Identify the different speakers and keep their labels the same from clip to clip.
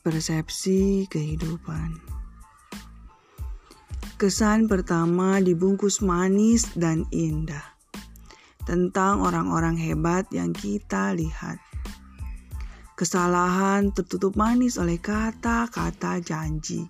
Speaker 1: Persepsi kehidupan. Kesan pertama dibungkus manis dan indah tentang orang-orang hebat yang kita lihat. Kesalahan tertutup manis oleh kata-kata janji.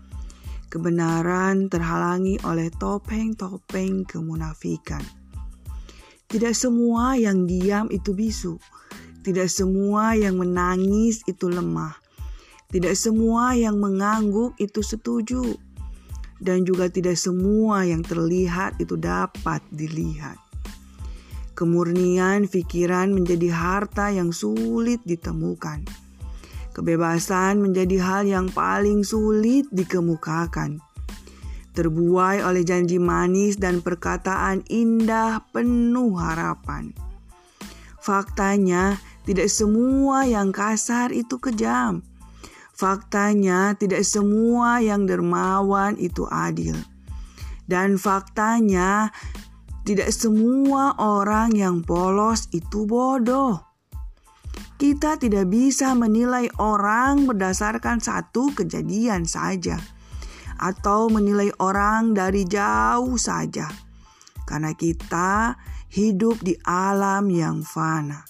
Speaker 1: Kebenaran terhalangi oleh topeng-topeng kemunafikan. Tidak semua yang diam itu bisu. Tidak semua yang menangis itu lemah. Tidak semua yang mengangguk itu setuju. Dan juga tidak semua yang terlihat itu dapat dilihat. Kemurnian pikiran menjadi harta yang sulit ditemukan. Kebebasan menjadi hal yang paling sulit dikemukakan. Terbuai oleh janji manis dan perkataan indah penuh harapan. Faktanya, tidak semua yang kasar itu kejam. Faktanya, tidak semua yang dermawan itu adil. Dan faktanya, tidak semua orang yang polos itu bodoh. Kita tidak bisa menilai orang berdasarkan satu kejadian saja, atau menilai orang dari jauh saja, karena kita hidup di alam yang fana,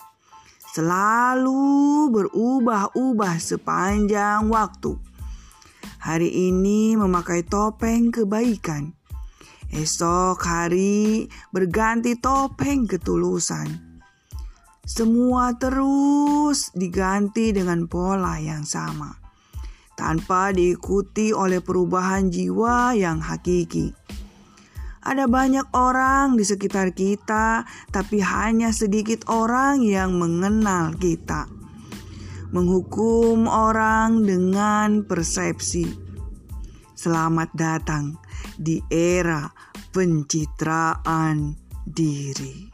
Speaker 1: selalu berubah-ubah sepanjang waktu. Hari ini memakai topeng kebaikan, esok hari berganti topeng ketulusan. Semua terus diganti dengan pola yang sama, tanpa diikuti oleh perubahan jiwa yang hakiki. Ada banyak orang di sekitar kita, tapi hanya sedikit orang yang mengenal kita. Menghukum orang dengan persepsi. Selamat datang di era pencitraan diri.